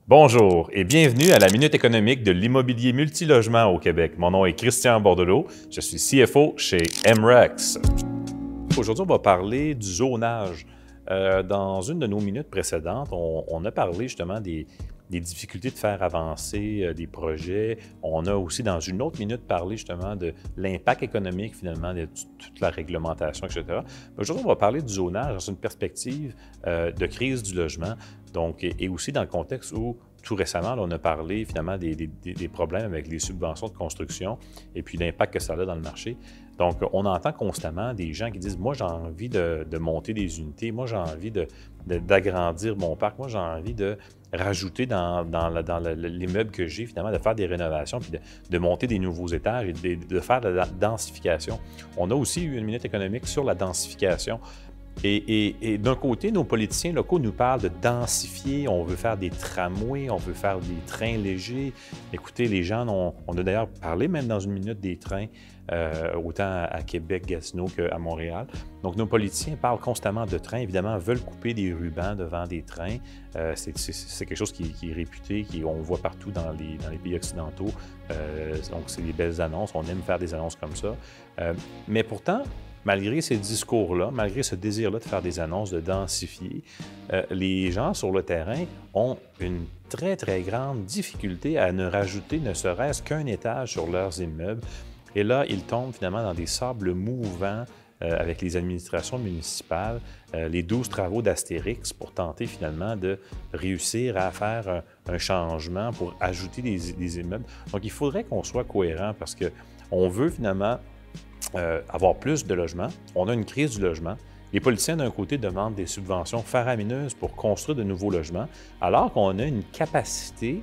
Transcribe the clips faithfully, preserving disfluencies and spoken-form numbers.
Bonjour et bienvenue à la Minute économique de l'immobilier multilogement au Québec. Mon nom est Christian Bordelot, je suis C F O chez M R E X. Aujourd'hui, on va parler du zonage. Euh, dans une de nos minutes précédentes, on, on a parlé justement des, des difficultés de faire avancer euh, des projets. On a aussi, dans une autre minute, parlé justement de l'impact économique, finalement, de toute la réglementation, et cetera. Aujourd'hui, on va parler du zonage dans une perspective euh, de crise du logement, donc, et, et aussi dans le contexte où, tout récemment, là, on a parlé finalement des, des, des problèmes avec les subventions de construction et puis l'impact que ça a dans le marché. Donc, on entend constamment des gens qui disent « Moi, j'ai envie de, de monter des unités, moi, j'ai envie de, de, d'agrandir mon parc, moi, j'ai envie de rajouter dans, dans, la, dans la, l'immeuble que j'ai, finalement, de faire des rénovations, puis de, de monter des nouveaux étages et de, de faire de la densification. » On a aussi eu une minute économique sur la densification. Et, et, et d'un côté, nos politiciens locaux nous parlent de densifier, on veut faire des tramways, on veut faire des trains légers. Écoutez, les gens, on, on a d'ailleurs parlé même dans une minute des trains, euh, autant à Québec, Gatineau qu'à Montréal. Donc, nos politiciens parlent constamment de trains, évidemment, veulent couper des rubans devant des trains. Euh, c'est, c'est, c'est quelque chose qui, qui est réputé, qu'on voit partout dans les, dans les pays occidentaux. Euh, donc, c'est des belles annonces, on aime faire des annonces comme ça. Euh, mais pourtant, malgré ces discours-là, malgré ce désir-là de faire des annonces, de densifier, euh, les gens sur le terrain ont une très, très grande difficulté à ne rajouter ne serait-ce qu'un étage sur leurs immeubles. Et là, ils tombent finalement dans des sables mouvants euh, avec les administrations municipales, euh, les douze travaux d'Astérix pour tenter finalement de réussir à faire un, un changement pour ajouter des, des immeubles. Donc, il faudrait qu'on soit cohérent parce qu'on veut finalement Euh, avoir plus de logements. On a une crise du logement. Les politiciens, d'un côté, demandent des subventions faramineuses pour construire de nouveaux logements, alors qu'on a une capacité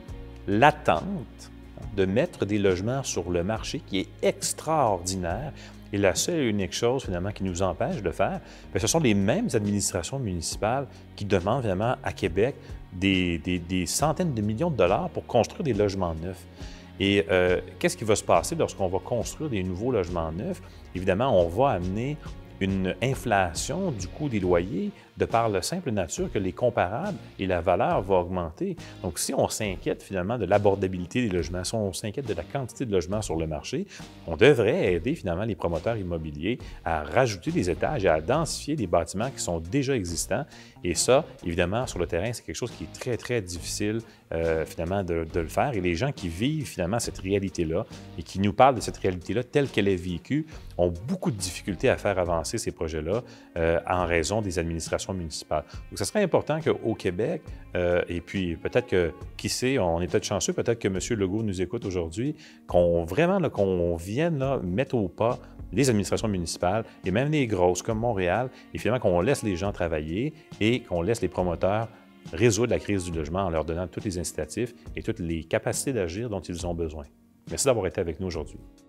latente de mettre des logements sur le marché qui est extraordinaire. Et la seule et unique chose, finalement, qui nous empêche de le faire, bien, ce sont les mêmes administrations municipales qui demandent, finalement, à Québec des, des, des centaines de millions de dollars pour construire des logements neufs. Et euh, qu'est-ce qui va se passer lorsqu'on va construire des nouveaux logements neufs? Évidemment, on va amener une inflation du coût des loyers de par la simple nature que les comparables et la valeur vont augmenter. Donc, si on s'inquiète finalement de l'abordabilité des logements, si on s'inquiète de la quantité de logements sur le marché, on devrait aider finalement les promoteurs immobiliers à rajouter des étages et à densifier des bâtiments qui sont déjà existants. Et ça, évidemment, sur le terrain, c'est quelque chose qui est très, très difficile euh, finalement de, de le faire. Et les gens qui vivent finalement cette réalité-là et qui nous parlent de cette réalité-là telle qu'elle est vécue ont beaucoup de difficultés à faire avancer ces projets-là euh, en raison des administrations municipales. Donc, ce serait important qu'au Québec, euh, et puis peut-être que, qui sait, on est peut-être chanceux, peut-être que M. Legault nous écoute aujourd'hui, qu'on vraiment, là, qu'on vienne là, mettre au pas les administrations municipales et même les grosses comme Montréal, et finalement qu'on laisse les gens travailler et qu'on laisse les promoteurs résoudre la crise du logement en leur donnant tous les incitatifs et toutes les capacités d'agir dont ils ont besoin. Merci d'avoir été avec nous aujourd'hui.